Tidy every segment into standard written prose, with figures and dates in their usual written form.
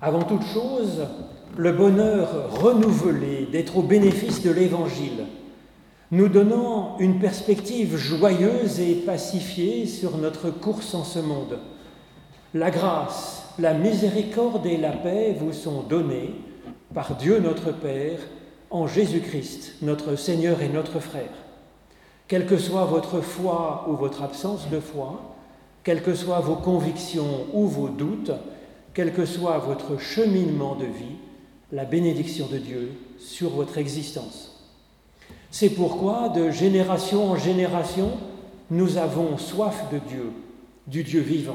Avant toute chose, le bonheur renouvelé d'être au bénéfice de l'Évangile, nous donnant une perspective joyeuse et pacifiée sur notre course en ce monde. La grâce, la miséricorde et la paix vous sont données par Dieu notre Père, en Jésus-Christ, notre Seigneur et notre frère. Quelle que soit votre foi ou votre absence de foi, quelles que soient vos convictions ou vos doutes, quel que soit votre cheminement de vie, la bénédiction de Dieu sur votre existence. C'est pourquoi, de génération en génération, nous avons soif de Dieu, du Dieu vivant.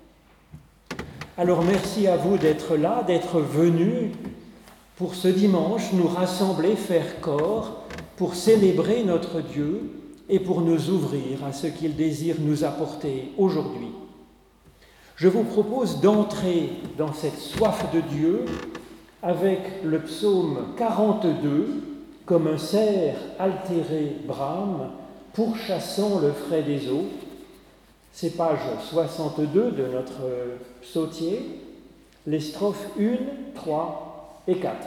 Alors merci à vous d'être là, d'être venus pour ce dimanche nous rassembler, faire corps, pour célébrer notre Dieu et pour nous ouvrir à ce qu'il désire nous apporter aujourd'hui. Je vous propose d'entrer dans cette soif de Dieu avec le psaume 42, comme un cerf altéré brame, pourchassant le frais des eaux. C'est page 62 de notre psautier, les strophes 1, 3 et 4.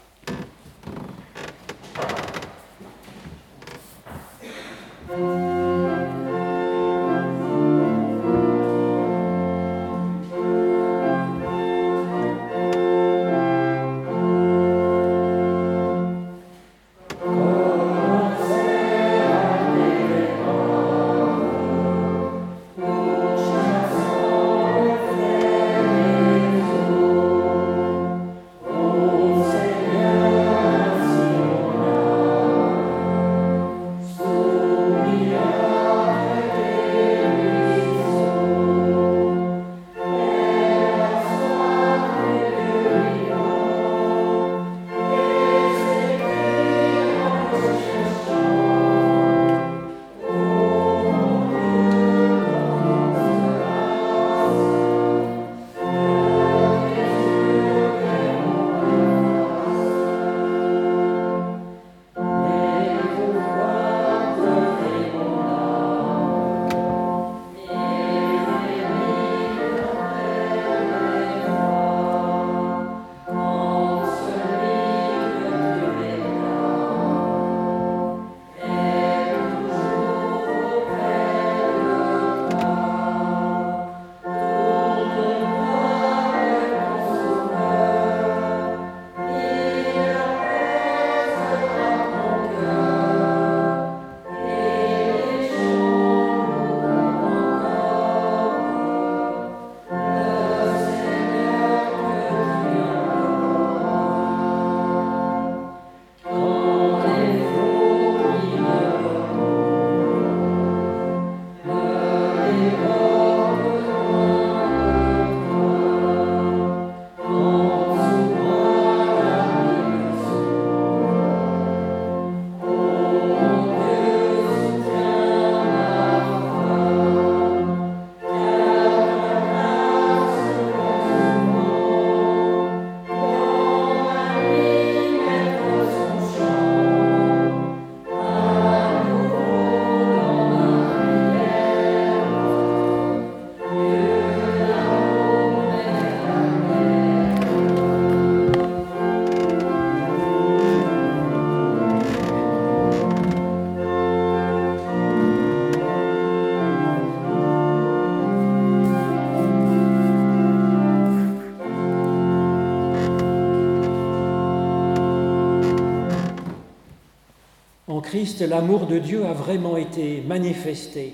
En Christ, l'amour de Dieu a vraiment été manifesté.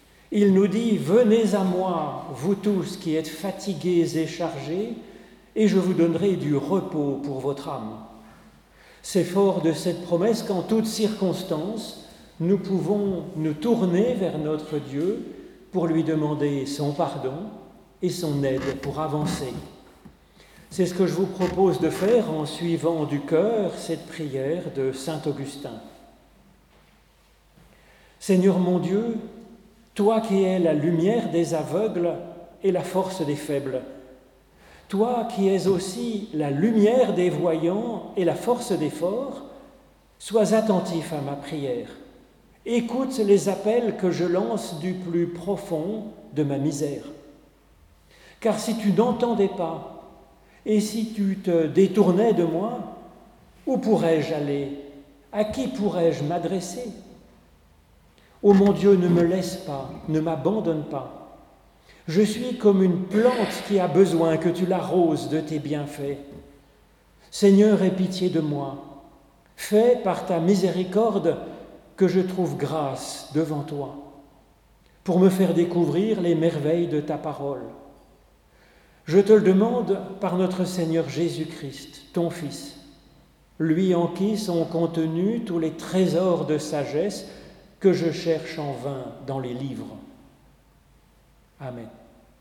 Il nous dit « Venez à moi, vous tous qui êtes fatigués et chargés, et je vous donnerai du repos pour votre âme. » C'est fort de cette promesse qu'en toutes circonstances, nous pouvons nous tourner vers notre Dieu pour lui demander son pardon et son aide pour avancer. C'est ce que je vous propose de faire en suivant du cœur cette prière de saint Augustin. Seigneur mon Dieu, toi qui es la lumière des aveugles et la force des faibles, toi qui es aussi la lumière des voyants et la force des forts, sois attentif à ma prière. Écoute les appels que je lance du plus profond de ma misère. Car si tu n'entendais pas, Et si tu te détournais de moi, où pourrais-je aller? À qui pourrais-je m'adresser? Ô mon Dieu, ne me laisse pas, ne m'abandonne pas. Je suis comme une plante qui a besoin que tu l'arroses de tes bienfaits. Seigneur, aie pitié de moi. Fais par ta miséricorde que je trouve grâce devant toi, pour me faire découvrir les merveilles de ta parole. Je te le demande par notre Seigneur Jésus-Christ, ton Fils, lui en qui sont contenus tous les trésors de sagesse que je cherche en vain dans les livres. Amen.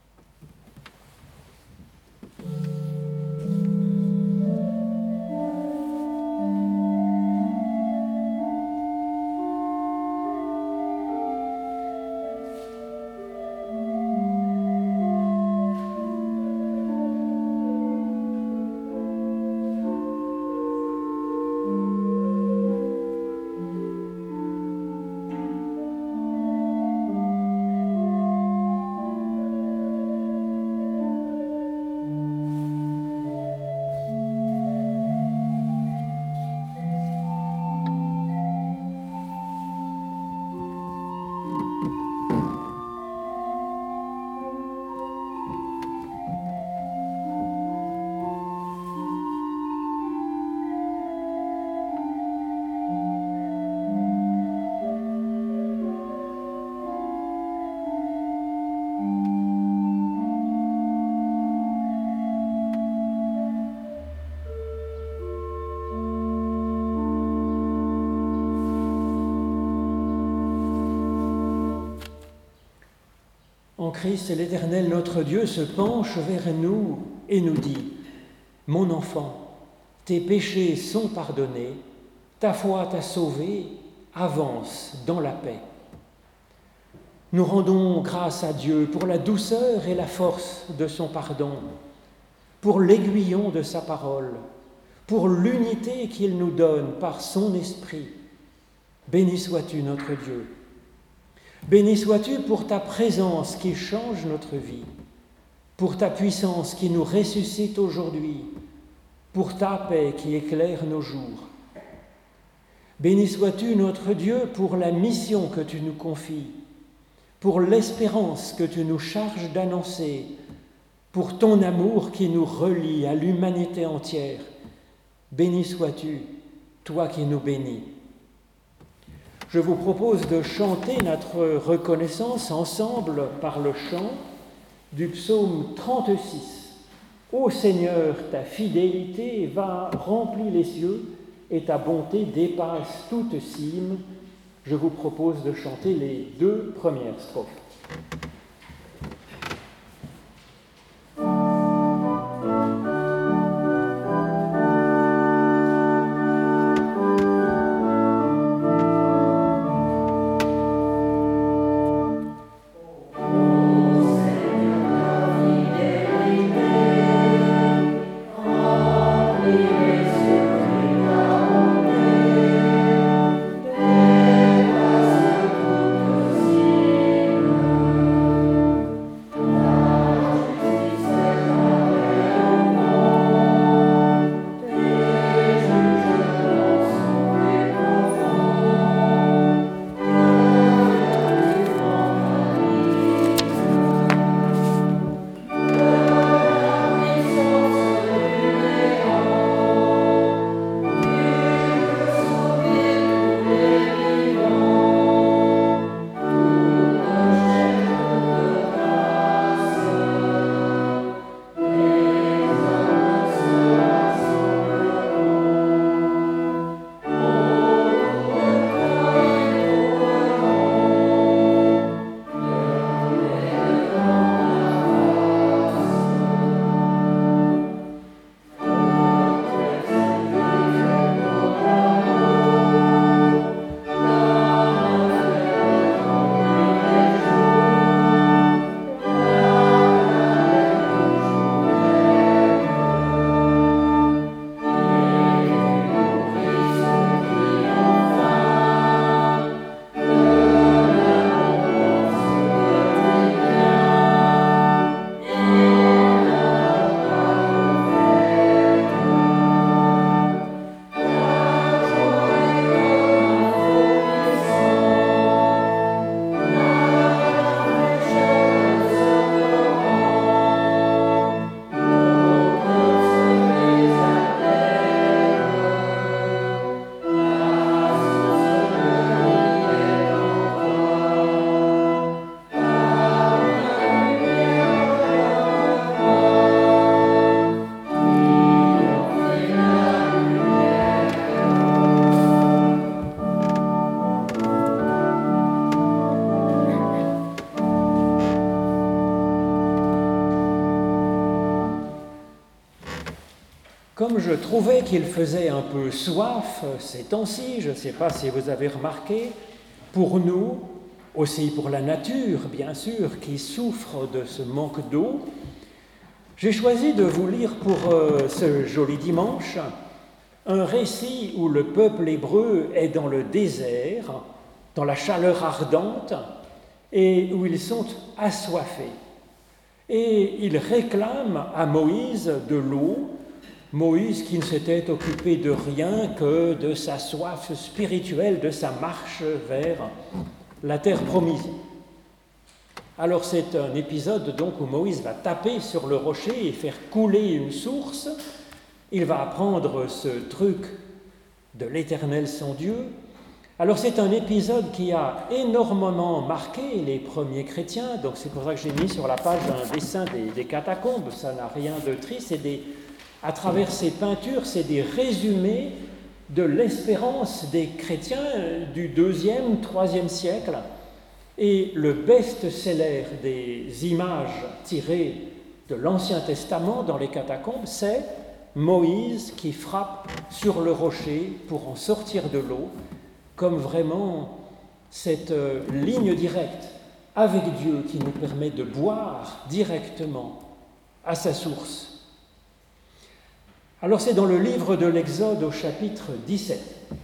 En Christ, l'Éternel, notre Dieu, se penche vers nous et nous dit : « Mon enfant, tes péchés sont pardonnés, ta foi t'a sauvé, avance dans la paix. » Nous rendons grâce à Dieu pour la douceur et la force de son pardon, pour l'aiguillon de sa parole, pour l'unité qu'il nous donne par son esprit. Béni sois-tu, notre Dieu. Béni sois-tu pour ta présence qui change notre vie, pour ta puissance qui nous ressuscite aujourd'hui, pour ta paix qui éclaire nos jours. Béni sois-tu, notre Dieu, pour la mission que tu nous confies, pour l'espérance que tu nous charges d'annoncer, pour ton amour qui nous relie à l'humanité entière. Béni sois-tu, toi qui nous bénis. Je vous propose de chanter notre reconnaissance ensemble par le chant du psaume 36. Ô Seigneur, ta fidélité va remplir les cieux et ta bonté dépasse toute cime. Je vous propose de chanter les 2 premières strophes. Comme je trouvais qu'il faisait un peu soif ces temps-ci, je ne sais pas si vous avez remarqué, pour nous, aussi pour la nature, bien sûr, qui souffre de ce manque d'eau, j'ai choisi de vous lire pour ce joli dimanche un récit où le peuple hébreu est dans le désert, dans la chaleur ardente, et où ils sont assoiffés. Et ils réclament à Moïse de l'eau, Moïse qui ne s'était occupé de rien que de sa soif spirituelle, de sa marche vers la terre promise. Alors c'est un épisode donc où Moïse va taper sur le rocher et faire couler une source. Il va apprendre ce truc de l'Éternel son Dieu. Alors c'est un épisode qui a énormément marqué les premiers chrétiens, donc c'est pour ça que j'ai mis sur la page un dessin des catacombes, ça n'a rien de triste, à travers ces peintures, c'est des résumés de l'espérance des chrétiens du 2e, 3e siècle. Et le best-seller des images tirées de l'Ancien Testament dans les catacombes, c'est Moïse qui frappe sur le rocher pour en sortir de l'eau, comme vraiment cette ligne directe avec Dieu qui nous permet de boire directement à sa source. Alors c'est dans le livre de l'Exode au chapitre 17.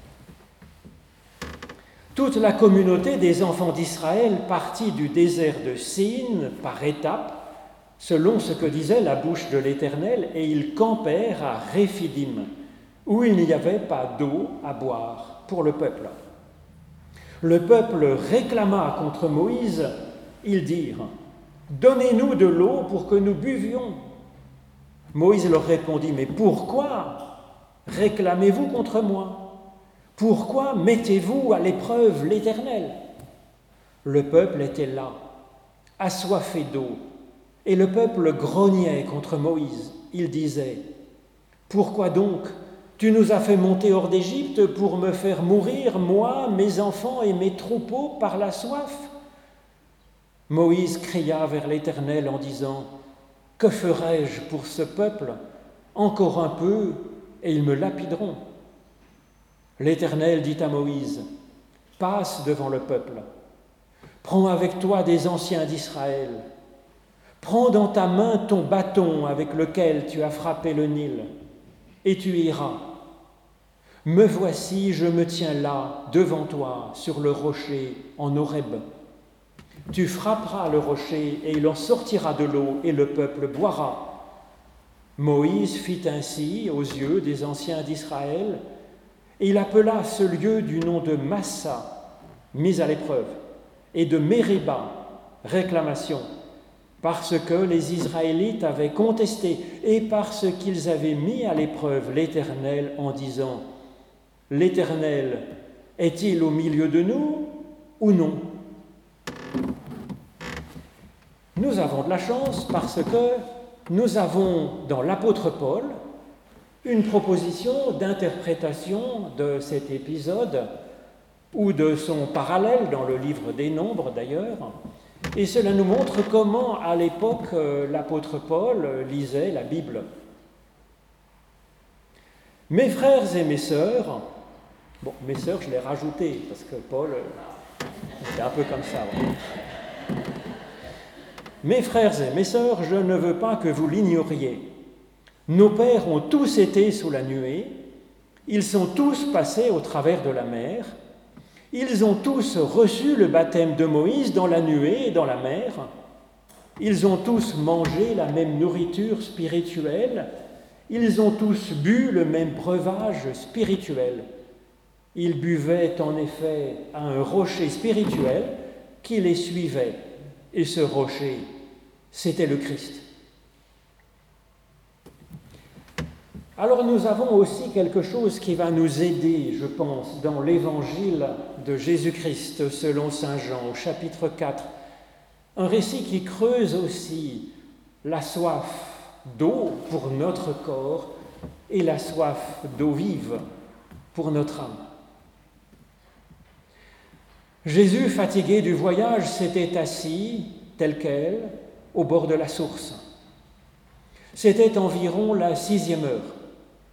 Toute la communauté des enfants d'Israël partit du désert de Sin par étapes, selon ce que disait la bouche de l'Éternel, et ils campèrent à Réphidim, où il n'y avait pas d'eau à boire pour le peuple. Le peuple réclama contre Moïse, ils dirent « Donnez-nous de l'eau pour que nous buvions ». Moïse leur répondit « Mais pourquoi réclamez-vous contre moi ? Pourquoi mettez-vous à l'épreuve l'Éternel ?» Le peuple était là, assoiffé d'eau, et le peuple grognait contre Moïse. Il disait « Pourquoi donc tu nous as fait monter hors d'Égypte pour me faire mourir, moi, mes enfants et mes troupeaux, par la soif ?» Moïse cria vers l'Éternel en disant « Que ferai-je pour ce peuple ? Encore un peu, et ils me lapideront. » L'Éternel dit à Moïse « Passe devant le peuple, prends avec toi des anciens d'Israël, prends dans ta main ton bâton avec lequel tu as frappé le Nil, et tu iras. Me voici, je me tiens là, devant toi, sur le rocher, en Horeb. Tu frapperas le rocher, et il en sortira de l'eau, et le peuple boira. » Moïse fit ainsi aux yeux des anciens d'Israël, et il appela ce lieu du nom de Massa, mise à l'épreuve, et de Mériba, réclamation, parce que les Israélites avaient contesté et parce qu'ils avaient mis à l'épreuve l'Éternel en disant « L'Éternel est-il au milieu de nous ou non ?» Nous avons de la chance parce que nous avons dans l'apôtre Paul une proposition d'interprétation de cet épisode ou de son parallèle dans le livre des Nombres d'ailleurs, et cela nous montre comment à l'époque l'apôtre Paul lisait la Bible. Mes frères et mes sœurs, bon, mes sœurs je l'ai rajouté parce que Paul c'était un peu comme ça. Ouais. Mes frères et mes sœurs, je ne veux pas que vous l'ignoriez. Nos pères ont tous été sous la nuée, ils sont tous passés au travers de la mer, ils ont tous reçu le baptême de Moïse dans la nuée et dans la mer, ils ont tous mangé la même nourriture spirituelle, ils ont tous bu le même breuvage spirituel. Ils buvaient en effet à un rocher spirituel qui les suivait, et ce rocher, c'était le Christ. Alors nous avons aussi quelque chose qui va nous aider, je pense, dans l'évangile de Jésus-Christ selon saint Jean au chapitre 4. Un récit qui creuse aussi la soif d'eau pour notre corps et la soif d'eau vive pour notre âme. Jésus, fatigué du voyage, s'était assis, tel quel, au bord de la source. C'était environ la 6e heure.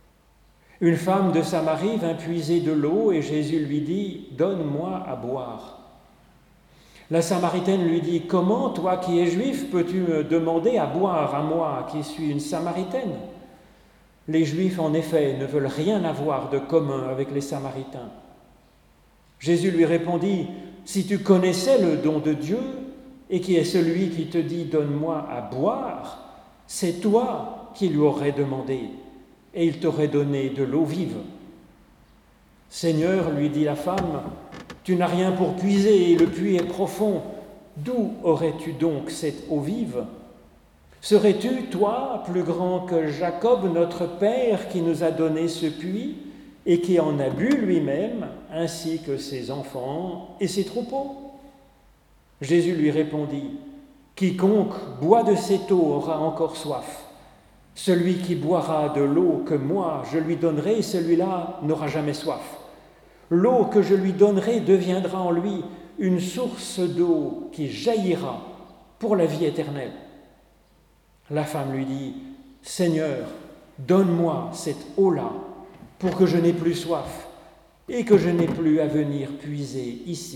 Une femme de Samarie vint puiser de l'eau et Jésus lui dit « Donne-moi à boire ». La Samaritaine lui dit « Comment, toi qui es juif, peux-tu me demander à boire à moi qui suis une Samaritaine ?» Les Juifs, en effet, ne veulent rien avoir de commun avec les Samaritains. Jésus lui répondit « Si tu connaissais le don de Dieu et qui est celui qui te dit « Donne-moi à boire », c'est toi qui lui aurais demandé et il t'aurait donné de l'eau vive. « Seigneur, lui dit la femme, tu n'as rien pour puiser et le puits est profond. D'où aurais-tu donc cette eau vive ? Serais-tu, toi, plus grand que Jacob, notre père, qui nous a donné ce puits et qui en a bu lui-même, ainsi que ses enfants et ses troupeaux ? » Jésus lui répondit, « Quiconque boit de cette eau aura encore soif. Celui qui boira de l'eau que moi je lui donnerai, celui-là n'aura jamais soif. L'eau que je lui donnerai deviendra en lui une source d'eau qui jaillira pour la vie éternelle. » La femme lui dit, « Seigneur, donne-moi cette eau-là pour que je n'ai plus soif et que je n'ai plus à venir puiser ici. »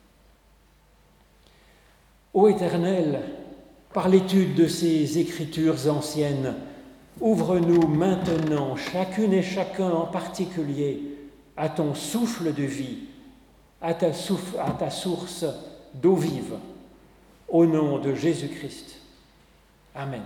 Ô Éternel, par l'étude de ces écritures anciennes, ouvre-nous maintenant, chacune et chacun en particulier, à ton souffle de vie, à ta source d'eau vive, au nom de Jésus-Christ. Amen.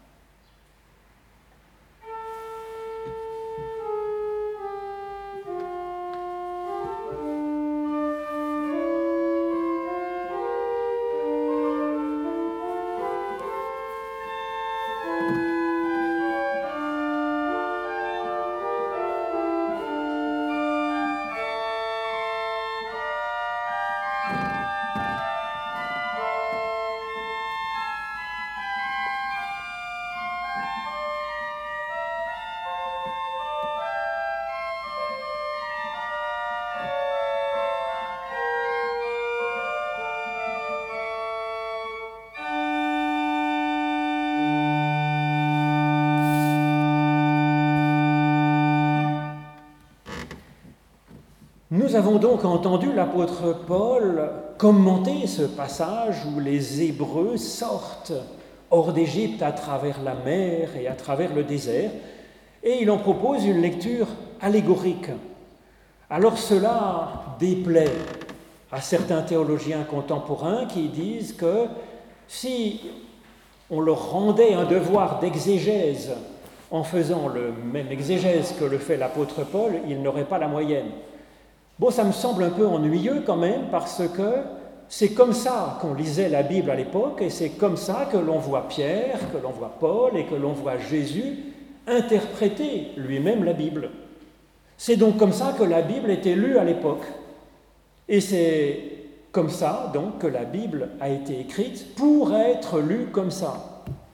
Nous avons donc entendu l'apôtre Paul commenter ce passage où les Hébreux sortent hors d'Égypte à travers la mer et à travers le désert, et il en propose une lecture allégorique. Alors cela déplaît à certains théologiens contemporains qui disent que si on leur rendait un devoir d'exégèse en faisant le même exégèse que le fait l'apôtre Paul, ils n'auraient pas la moyenne. Bon, ça me semble un peu ennuyeux quand même, parce que c'est comme ça qu'on lisait la Bible à l'époque, et c'est comme ça que l'on voit Pierre, que l'on voit Paul, et que l'on voit Jésus interpréter lui-même la Bible. C'est donc comme ça que la Bible était lue à l'époque. Et c'est comme ça, donc, que la Bible a été écrite pour être lue comme ça.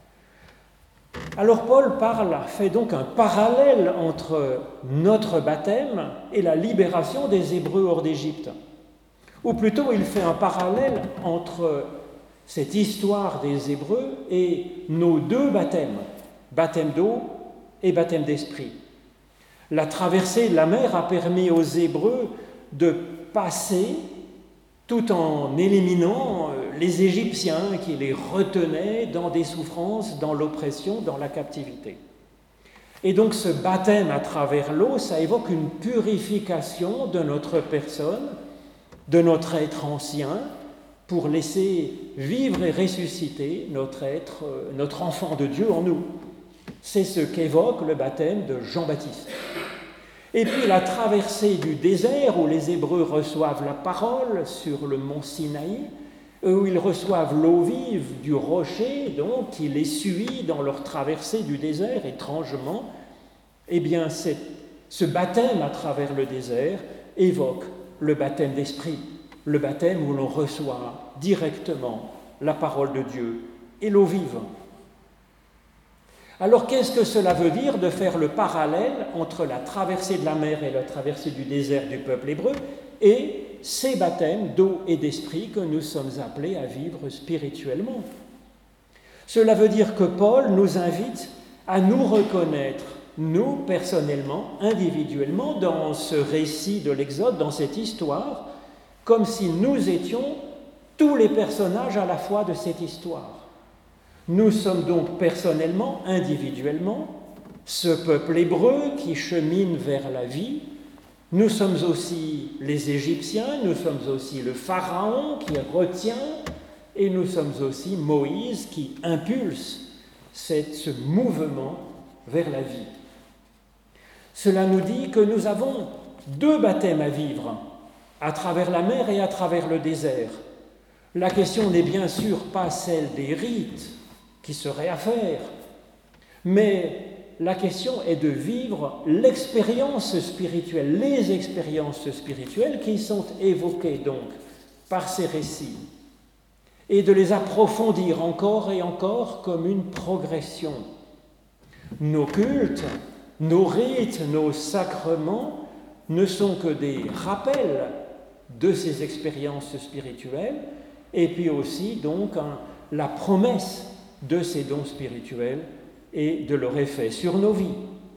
Alors Paul fait donc un parallèle entre notre baptême et la libération des Hébreux hors d'Égypte. Ou plutôt, il fait un parallèle entre cette histoire des Hébreux et nos deux baptêmes, baptême d'eau et baptême d'esprit. La traversée de la mer a permis aux Hébreux de passer tout en éliminant les Égyptiens qui les retenaient dans des souffrances, dans l'oppression, dans la captivité. Et donc ce baptême à travers l'eau, ça évoque une purification de notre personne, de notre être ancien, pour laisser vivre et ressusciter notre enfant de Dieu en nous. C'est ce qu'évoque le baptême de Jean-Baptiste. Et puis la traversée du désert où les Hébreux reçoivent la parole sur le mont Sinaï, où ils reçoivent l'eau vive du rocher, donc qui les suit dans leur traversée du désert étrangement, eh bien ce baptême à travers le désert évoque le baptême d'esprit, le baptême où l'on reçoit directement la parole de Dieu et l'eau vive. Alors qu'est-ce que cela veut dire de faire le parallèle entre la traversée de la mer et la traversée du désert du peuple hébreu et ces baptêmes d'eau et d'esprit que nous sommes appelés à vivre spirituellement? Cela veut dire que Paul nous invite à nous reconnaître nous, personnellement, individuellement, dans ce récit de l'Exode, dans cette histoire, comme si nous étions tous les personnages à la fois de cette histoire. Nous sommes donc personnellement, individuellement, ce peuple hébreu qui chemine vers la vie. Nous sommes aussi les Égyptiens, nous sommes aussi le Pharaon qui retient, et nous sommes aussi Moïse qui impulse ce mouvement vers la vie. Cela nous dit que nous avons 2 baptêmes à vivre, à travers la mer et à travers le désert. La question n'est bien sûr pas celle des rites qui seraient à faire, mais la question est de vivre l'expérience spirituelle, les expériences spirituelles qui sont évoquées donc par ces récits, et de les approfondir encore et encore comme une progression. Nos cultes, nos rites, nos sacrements ne sont que des rappels de ces expériences spirituelles, et puis aussi donc la promesse de ces dons spirituels et de leur effet sur nos vies.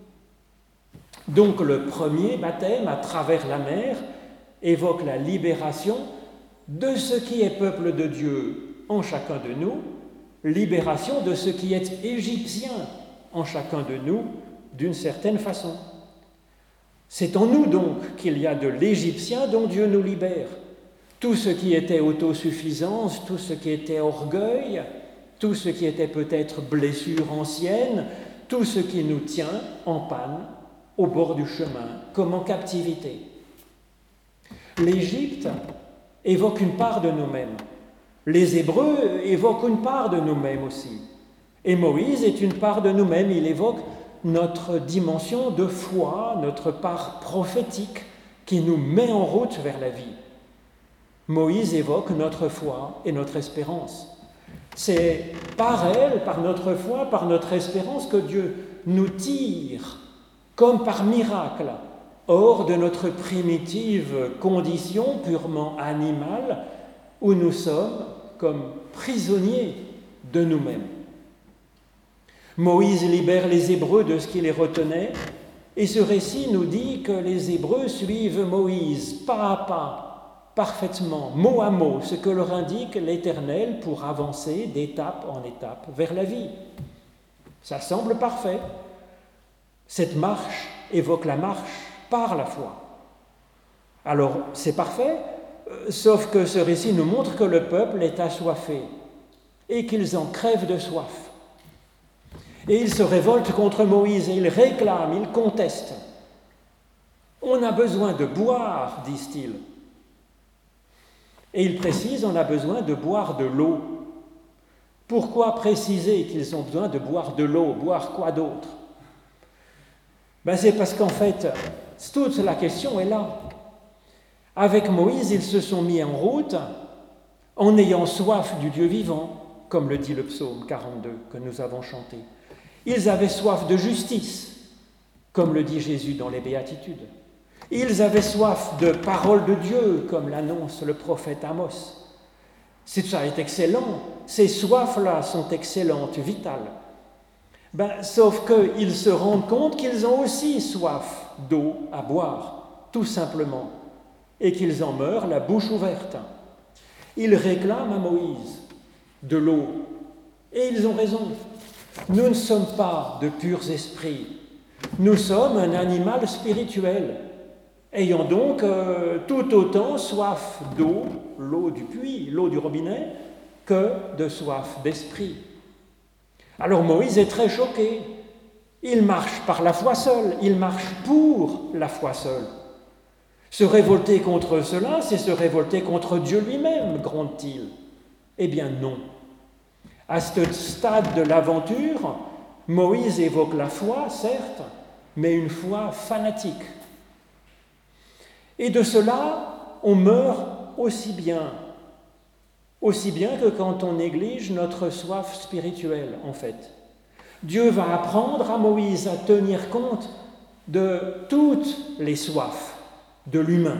Donc le premier baptême, à travers la mer, évoque la libération de ce qui est peuple de Dieu en chacun de nous, libération de ce qui est égyptien en chacun de nous, d'une certaine façon. C'est en nous donc qu'il y a de l'égyptien dont Dieu nous libère. Tout ce qui était autosuffisance, tout ce qui était orgueil, tout ce qui était peut-être blessure ancienne, tout ce qui nous tient en panne, au bord du chemin, comme en captivité. L'Égypte évoque une part de nous-mêmes. Les Hébreux évoquent une part de nous-mêmes aussi. Et Moïse est une part de nous-mêmes. Il évoque notre dimension de foi, notre part prophétique qui nous met en route vers la vie. Moïse évoque notre foi et notre espérance. C'est par elle, par notre foi, par notre espérance que Dieu nous tire, comme par miracle, hors de notre primitive condition purement animale, où nous sommes comme prisonniers de nous-mêmes. Moïse libère les Hébreux de ce qui les retenait, et ce récit nous dit que les Hébreux suivent Moïse pas à pas, parfaitement, mot à mot, ce que leur indique l'Éternel pour avancer d'étape en étape vers la vie. Ça semble parfait. Cette marche évoque la marche par la foi. Alors, c'est parfait, sauf que ce récit nous montre que le peuple est assoiffé et qu'ils en crèvent de soif. Et ils se révoltent contre Moïse et ils réclament, ils contestent. On a besoin de boire, disent-ils. Et il précise, on a besoin de boire de l'eau. Pourquoi préciser qu'ils ont besoin de boire de l'eau? Boire quoi d'autre? C'est parce qu'en fait, toute la question est là. Avec Moïse, ils se sont mis en route en ayant soif du Dieu vivant, comme le dit le psaume 42 que nous avons chanté. Ils avaient soif de justice, comme le dit Jésus dans les Béatitudes. Ils avaient soif de parole de Dieu, comme l'annonce le prophète Amos. Ça est excellent, ces soifs-là sont excellentes, vitales. Sauf qu'ils se rendent compte qu'ils ont aussi soif d'eau à boire, tout simplement, et qu'ils en meurent la bouche ouverte. Ils réclament à Moïse de l'eau, et ils ont raison. Nous ne sommes pas de purs esprits, nous sommes un animal spirituel, ayant donc tout autant soif d'eau, l'eau du puits, l'eau du robinet, que de soif d'esprit. Alors Moïse est très choqué. Il marche par la foi seule, il marche pour la foi seule. Se révolter contre cela, c'est se révolter contre Dieu lui-même, gronde-t-il. Eh bien non. À ce stade de l'aventure, Moïse évoque la foi, certes, mais une foi fanatique. Et de cela, on meurt aussi bien que quand on néglige notre soif spirituelle, en fait. Dieu va apprendre à Moïse à tenir compte de toutes les soifs de l'humain.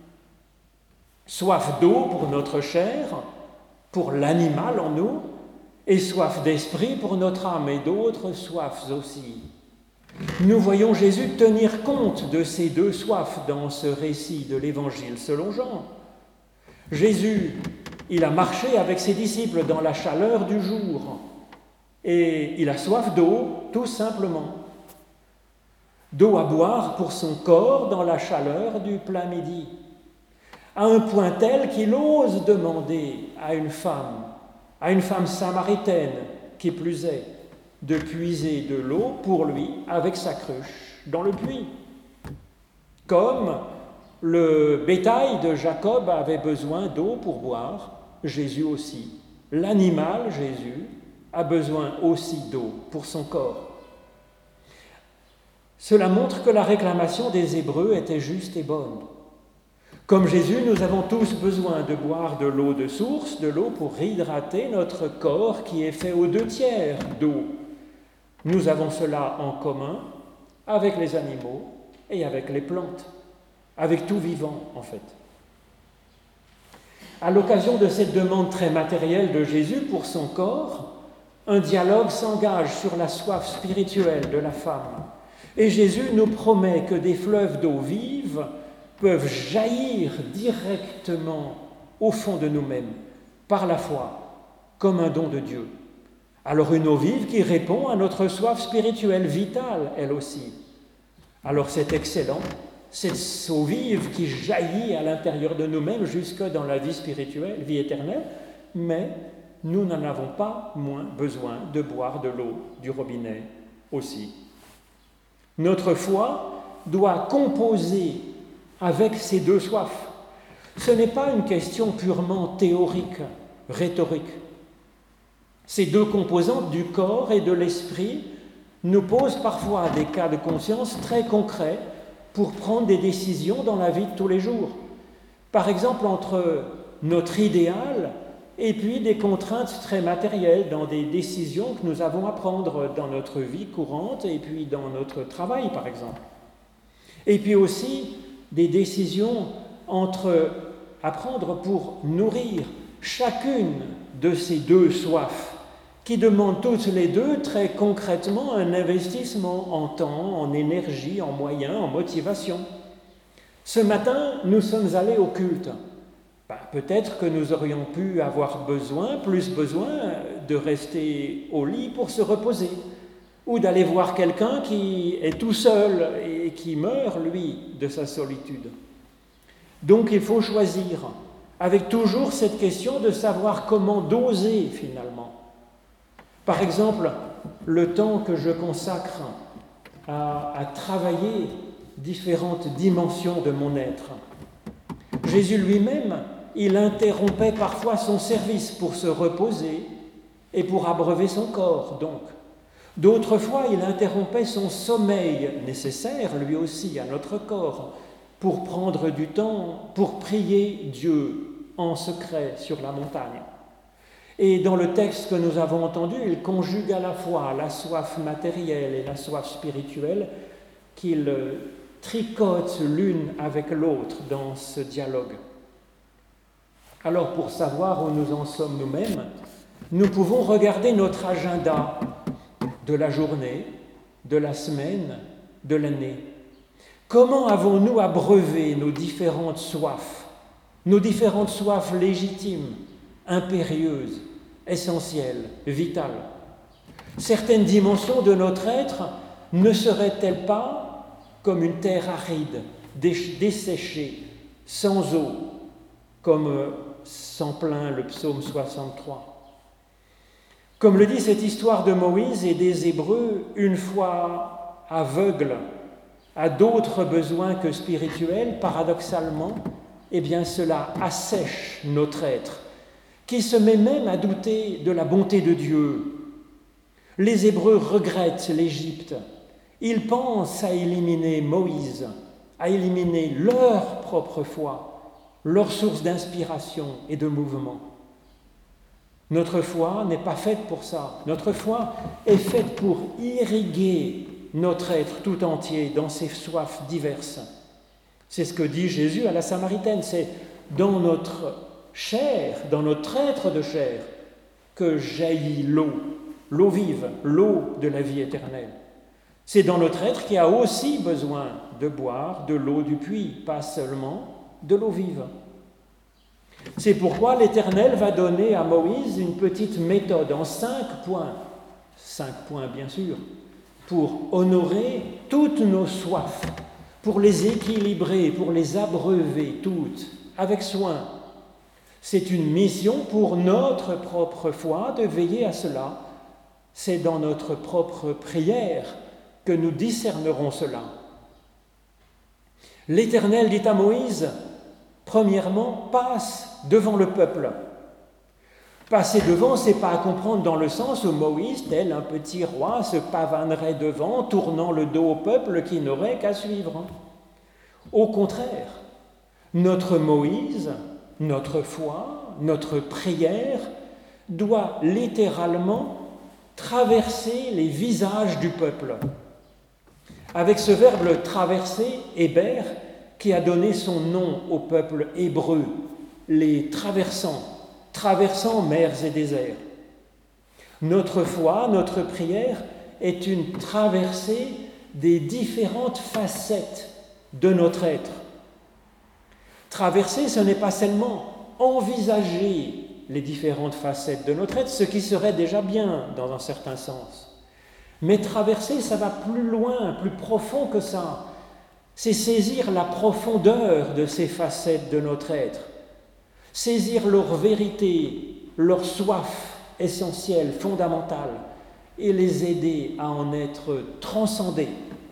Soif d'eau pour notre chair, pour l'animal en nous, et soif d'esprit pour notre âme, et d'autres soifs aussi. Nous voyons Jésus tenir compte de ces deux soifs dans ce récit de l'Évangile selon Jean. Jésus, il a marché avec ses disciples dans la chaleur du jour et il a soif d'eau, tout simplement. D'eau à boire pour son corps dans la chaleur du plein midi, à un point tel qu'il ose demander à une femme samaritaine qui plus est, de puiser de l'eau pour lui avec sa cruche dans le puits. Comme le bétail de Jacob avait besoin d'eau pour boire, Jésus aussi. L'animal, Jésus, a besoin aussi d'eau pour son corps. Cela montre que la réclamation des Hébreux était juste et bonne. Comme Jésus, nous avons tous besoin de boire de l'eau de source, de l'eau pour réhydrater notre corps qui est fait aux 2/3 d'eau. Nous avons cela en commun avec les animaux et avec les plantes, avec tout vivant en fait. À l'occasion de cette demande très matérielle de Jésus pour son corps, un dialogue s'engage sur la soif spirituelle de la femme. Et Jésus nous promet que des fleuves d'eau vive peuvent jaillir directement au fond de nous-mêmes, par la foi, comme un don de Dieu. Alors une eau vive qui répond à notre soif spirituelle vitale, elle aussi. Alors c'est excellent, cette eau vive qui jaillit à l'intérieur de nous-mêmes jusque dans la vie spirituelle, vie éternelle, mais nous n'en avons pas moins besoin de boire de l'eau du robinet aussi. Notre foi doit composer avec ces deux soifs. Ce n'est pas une question purement théorique, rhétorique. Ces deux composantes du corps et de l'esprit nous posent parfois des cas de conscience très concrets pour prendre des décisions dans la vie de tous les jours. Par exemple, entre notre idéal et puis des contraintes très matérielles dans des décisions que nous avons à prendre dans notre vie courante et puis dans notre travail, par exemple. Et puis aussi des décisions à prendre pour nourrir chacune de ces deux soifs qui demandent toutes les deux très concrètement un investissement en temps, en énergie, en moyens, en motivation. Ce matin, nous sommes allés au culte. Peut-être que nous aurions pu avoir plus besoin de rester au lit pour se reposer, ou d'aller voir quelqu'un qui est tout seul et qui meurt, lui, de sa solitude. Donc il faut choisir, avec toujours cette question de savoir comment doser finalement. Par exemple, le temps que je consacre à travailler différentes dimensions de mon être. Jésus lui-même, il interrompait parfois son service pour se reposer et pour abreuver son corps, donc. D'autres fois, il interrompait son sommeil, nécessaire lui aussi à notre corps, pour prendre du temps, pour prier Dieu en secret sur la montagne. Et dans le texte que nous avons entendu, il conjugue à la fois la soif matérielle et la soif spirituelle qu'il tricote l'une avec l'autre dans ce dialogue. Alors, pour savoir où nous en sommes nous-mêmes, nous pouvons regarder notre agenda de la journée, de la semaine, de l'année. Comment avons-nous abreuvé nos différentes soifs légitimes, impérieuses, essentielles, vitales? Certaines dimensions de notre être ne seraient-elles pas comme une terre aride, desséchée, sans eau, comme s'en plaint le psaume 63. Comme le dit cette histoire de Moïse et des Hébreux, une fois aveugles à d'autres besoins que spirituels, paradoxalement, eh bien cela assèche notre être, qui se met même à douter de la bonté de Dieu. Les Hébreux regrettent l'Égypte. Ils pensent à éliminer Moïse, à éliminer leur propre foi, leur source d'inspiration et de mouvement. Notre foi n'est pas faite pour ça. Notre foi est faite pour irriguer notre être tout entier dans ses soifs diverses. C'est ce que dit Jésus à la Samaritaine. C'est dans notre chair, dans notre être de chair, que jaillit l'eau vive, l'eau de la vie éternelle. C'est dans notre être qui a aussi besoin de boire de l'eau du puits, pas seulement de l'eau vive. C'est pourquoi l'Éternel va donner à Moïse une petite méthode en 5 points bien sûr, pour honorer toutes nos soifs, pour les équilibrer, pour les abreuver toutes, avec soin. C'est une mission pour notre propre foi de veiller à cela. C'est dans notre propre prière que nous discernerons cela. L'Éternel dit à Moïse, premièrement, passe devant le peuple. Passer devant, c'est pas à comprendre dans le sens où Moïse, tel un petit roi, se pavanerait devant, tournant le dos au peuple qui n'aurait qu'à suivre. Au contraire, notre Moïse, notre foi, notre prière doit littéralement traverser les visages du peuple. Avec ce verbe traverser, héber, qui a donné son nom au peuple hébreu, les traversant mers et déserts. Notre foi, notre prière est une traversée des différentes facettes de notre être. Traverser, ce n'est pas seulement envisager les différentes facettes de notre être, ce qui serait déjà bien dans un certain sens. Mais traverser, ça va plus loin, plus profond que ça. C'est saisir la profondeur de ces facettes de notre être, saisir leur vérité, leur soif essentielle, fondamentale, et les aider à en être transcendés.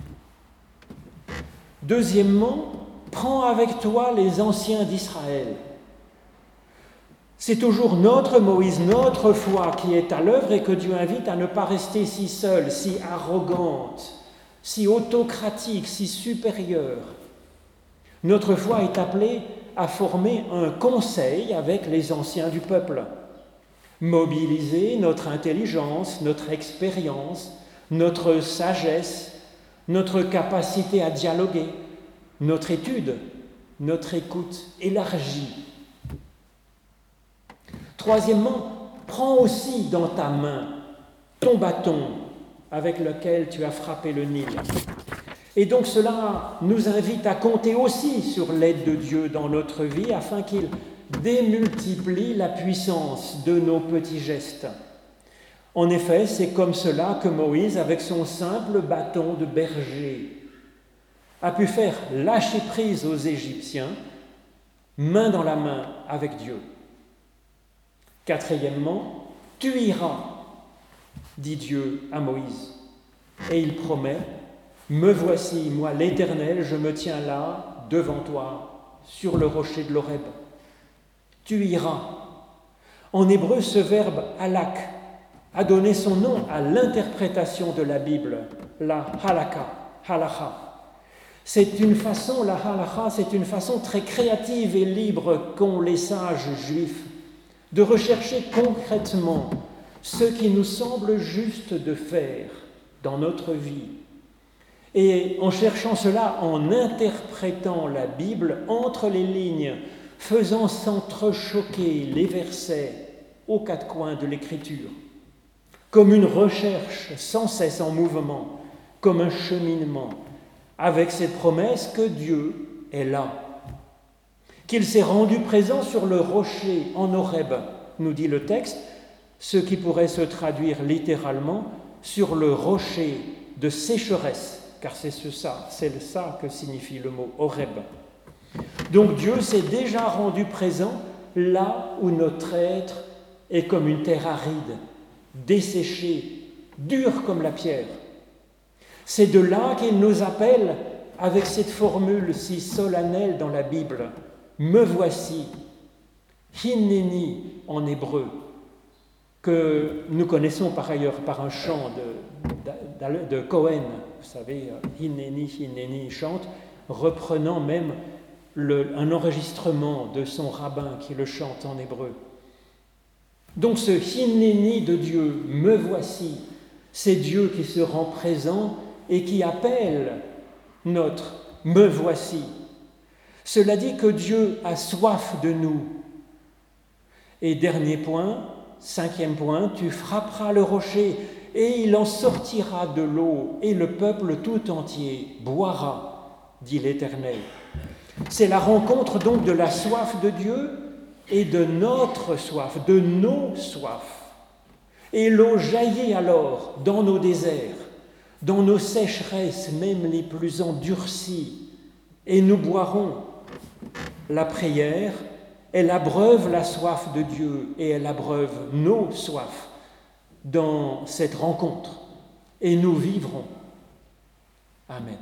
Deuxièmement, prends avec toi les anciens d'Israël. C'est toujours notre Moïse, notre foi qui est à l'œuvre et que Dieu invite à ne pas rester si seule, si arrogante, si autocratique, si supérieure. Notre foi est appelée à former un conseil avec les anciens du peuple, mobiliser notre intelligence, notre expérience, notre sagesse, notre capacité à dialoguer, notre étude, notre écoute élargie. Troisièmement, prends aussi dans ta main ton bâton avec lequel tu as frappé le Nil. Et donc cela nous invite à compter aussi sur l'aide de Dieu dans notre vie afin qu'il démultiplie la puissance de nos petits gestes. En effet, c'est comme cela que Moïse, avec son simple bâton de berger, a pu faire lâcher prise aux Égyptiens, main dans la main avec Dieu. Quatrièmement, tu iras, dit Dieu à Moïse. Et il promet, me voici, moi l'Éternel, je me tiens là, devant toi, sur le rocher de l'Horeb. Tu iras. En hébreu, ce verbe halak a donné son nom à l'interprétation de la Bible, la halacha. C'est une façon, la halacha, c'est une façon très créative et libre qu'ont les sages juifs de rechercher concrètement ce qui nous semble juste de faire dans notre vie. Et en cherchant cela, en interprétant la Bible entre les lignes, faisant s'entrechoquer les versets aux quatre coins de l'Écriture, comme une recherche sans cesse en mouvement, comme un cheminement, avec cette promesse que Dieu est là, qu'il s'est rendu présent sur le rocher en Horeb, nous dit le texte, ce qui pourrait se traduire littéralement sur le rocher de sécheresse, car c'est ça que signifie le mot Horeb. Donc Dieu s'est déjà rendu présent là où notre être est comme une terre aride, desséchée, dure comme la pierre. C'est de là qu'il nous appelle avec cette formule si solennelle dans la Bible. Me voici, Hineni en hébreu, que nous connaissons par ailleurs par un chant de Cohen. Vous savez, Hineni chante, reprenant même un enregistrement de son rabbin qui le chante en hébreu. Donc ce Hineni de Dieu, me voici, c'est Dieu qui se rend présent et qui appelle notre me voici. Cela dit que Dieu a soif de nous. Et dernier point, cinquième point, tu frapperas le rocher et il en sortira de l'eau, et le peuple tout entier boira, dit l'Éternel. C'est la rencontre donc de la soif de Dieu et de notre soif, de nos soifs. Et l'eau jaillit alors dans nos déserts, dans nos sécheresses, même les plus endurcies, et nous boirons. La prière, elle abreuve la soif de Dieu et elle abreuve nos soifs dans cette rencontre, et nous vivrons. Amen.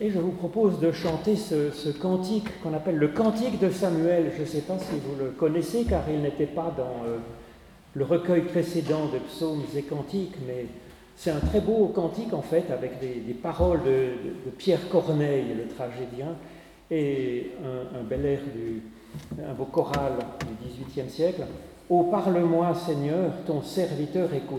Et je vous propose de chanter ce cantique qu'on appelle le cantique de Samuel. Je ne sais pas si vous le connaissez, car il n'était pas dans le recueil précédent de psaumes et cantiques, mais c'est un très beau cantique en fait, avec des paroles de Pierre Corneille, le tragédien, et un bel air, un beau choral du XVIIIe siècle. « Ô parle-moi, Seigneur, ton serviteur écoute. »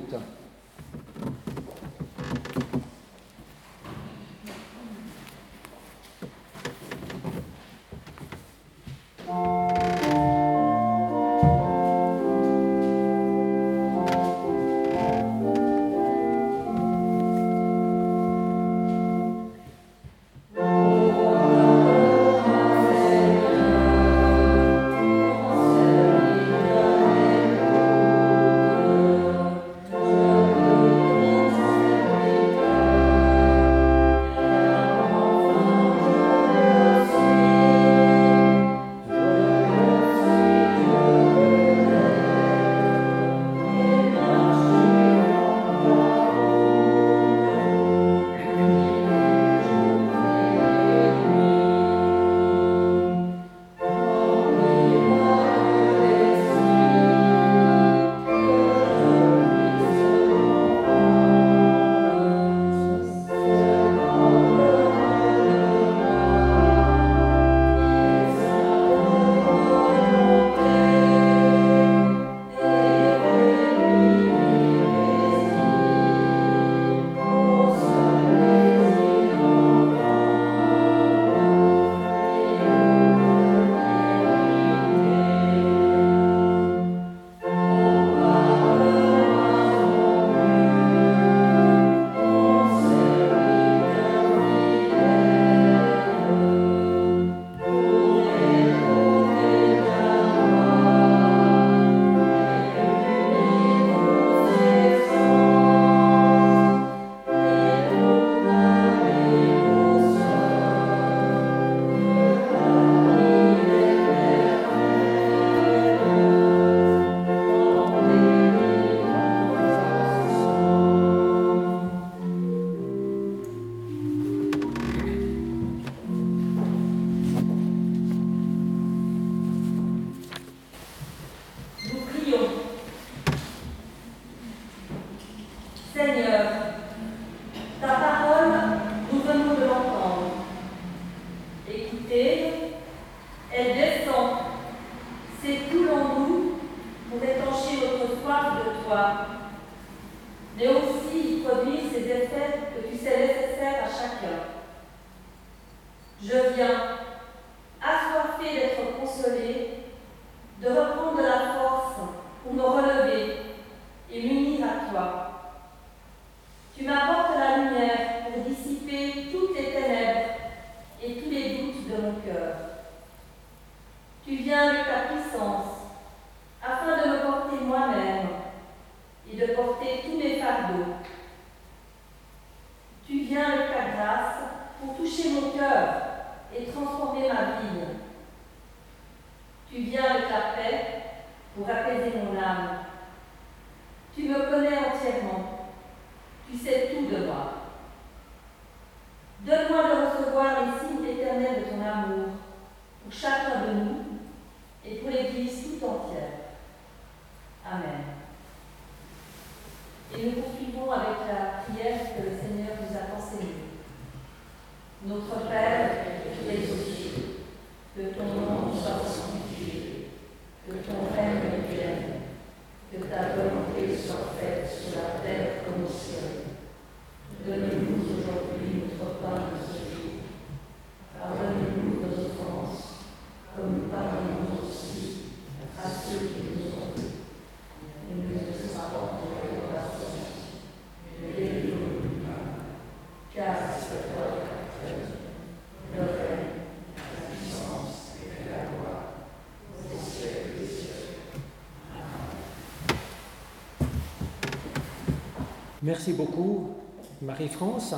Merci beaucoup, Marie-France.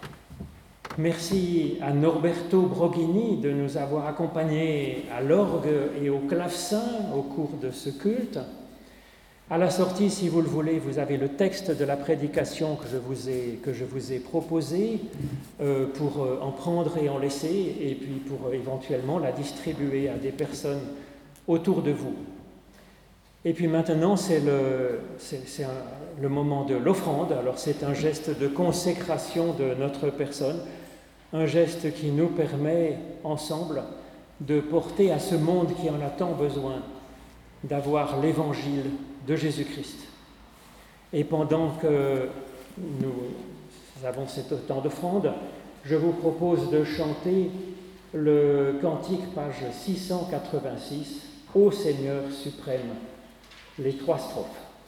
Merci à Norberto Broghini de nous avoir accompagnés à l'orgue et au clavecin au cours de ce culte. À la sortie, si vous le voulez, vous avez le texte de la prédication que je vous ai proposé pour en prendre et en laisser, et puis pour éventuellement la distribuer à des personnes autour de vous. Et puis maintenant, c'est le moment de l'offrande. Alors c'est un geste de consécration de notre personne, un geste qui nous permet ensemble de porter à ce monde qui en a tant besoin d'avoir l'évangile de Jésus-Christ. Et pendant que nous avons ce temps d'offrande, je vous propose de chanter le cantique, page 686, « Ô Seigneur suprême », les 3 strophes.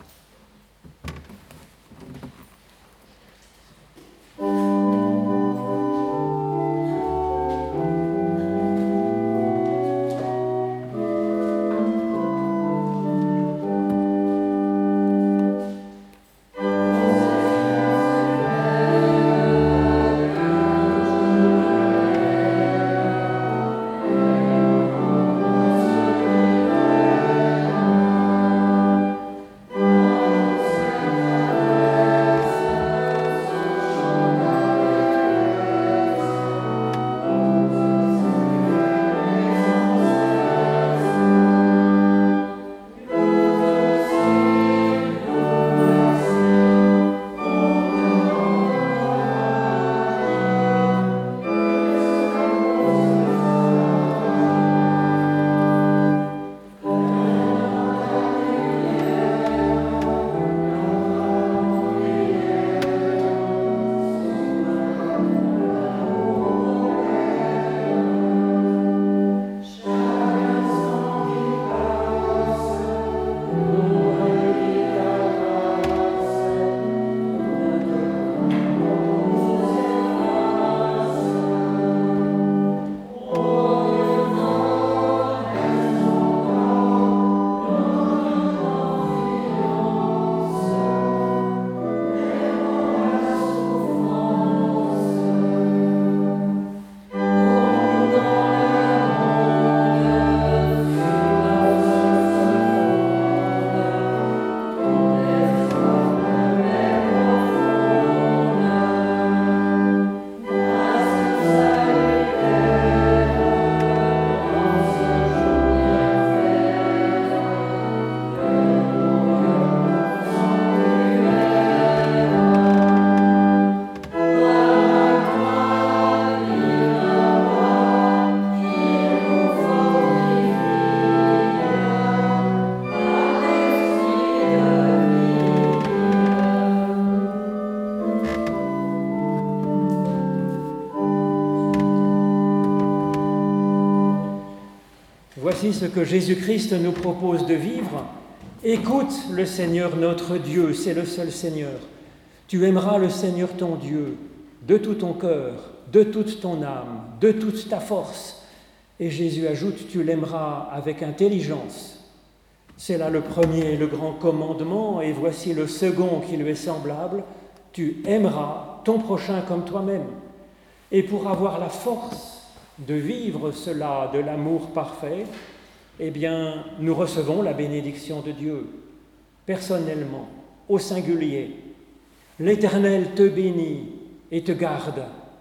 Voici ce que Jésus-Christ nous propose de vivre. Écoute le Seigneur notre Dieu, c'est le seul Seigneur. Tu aimeras le Seigneur ton Dieu de tout ton cœur, de toute ton âme, de toute ta force. Et Jésus ajoute, tu l'aimeras avec intelligence. C'est là le premier et le grand commandement, et voici le second qui lui est semblable. Tu aimeras ton prochain comme toi-même. Et pour avoir la force de vivre cela, de l'amour parfait, eh bien, nous recevons la bénédiction de Dieu, personnellement, au singulier. L'Éternel te bénit et te garde.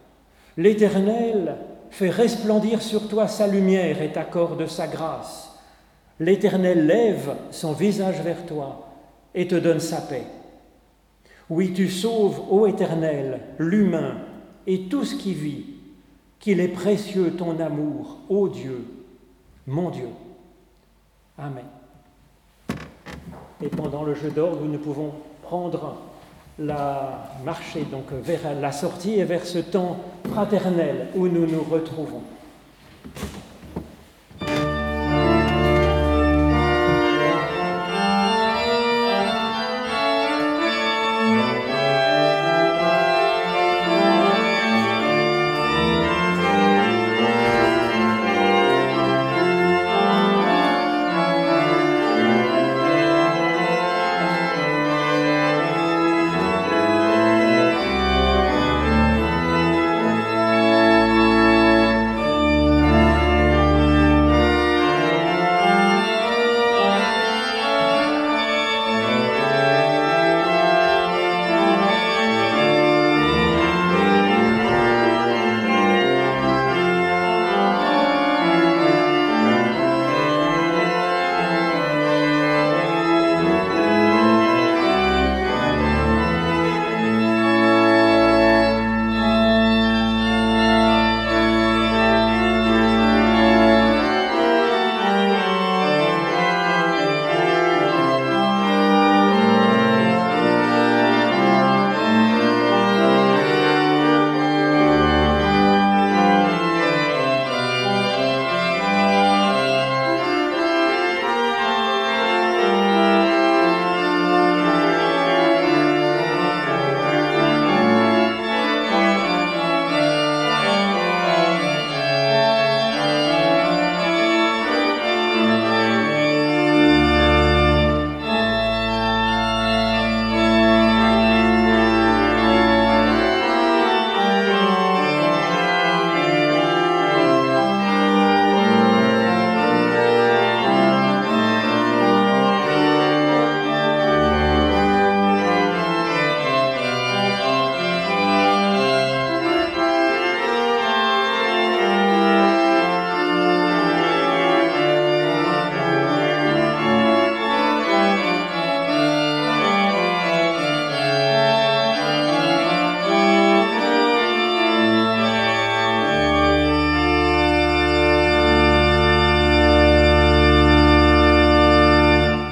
L'Éternel fait resplendir sur toi sa lumière et t'accorde sa grâce. L'Éternel lève son visage vers toi et te donne sa paix. Oui, tu sauves, ô Éternel, l'humain et tout ce qui vit, qu'il est précieux ton amour, ô Dieu, mon Dieu. Amen. Et pendant le jeu d'orgue, nous pouvons prendre la marcher donc vers la sortie et vers ce temps fraternel où nous nous retrouvons.